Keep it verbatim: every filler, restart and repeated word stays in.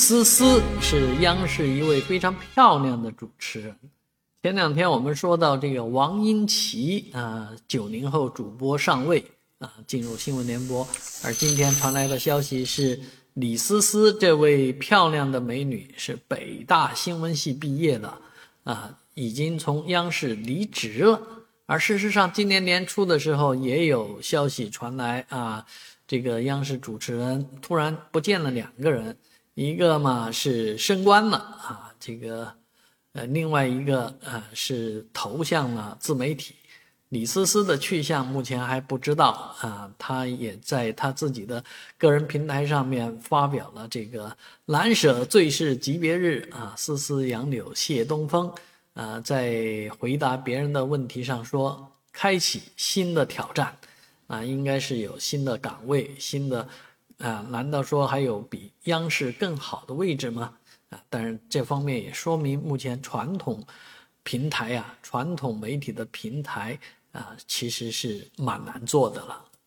思思是央视一位非常漂亮的主持人。前两天我们说到这个王英琦啊，九零后主播上位啊，进入新闻联播。而今天传来的消息是，李思思这位漂亮的美女是北大新闻系毕业的啊，已经从央视离职了。而事实上，今年年初的时候也有消息传来啊，这个央视主持人突然不见了两个人，一个嘛是升官了啊，这个呃，另外一个呃是投向了自媒体。李思思的去向目前还不知道啊，他也在他自己的个人平台上面发表了这个蓝舍最是级别日啊，思思杨柳谢东风啊，在回答别人的问题上说，开启新的挑战啊，应该是有新的岗位，新的啊，难道说还有比央视更好的位置吗？啊，但是这方面也说明目前传统平台啊，传统媒体的平台啊，其实是蛮难做的了。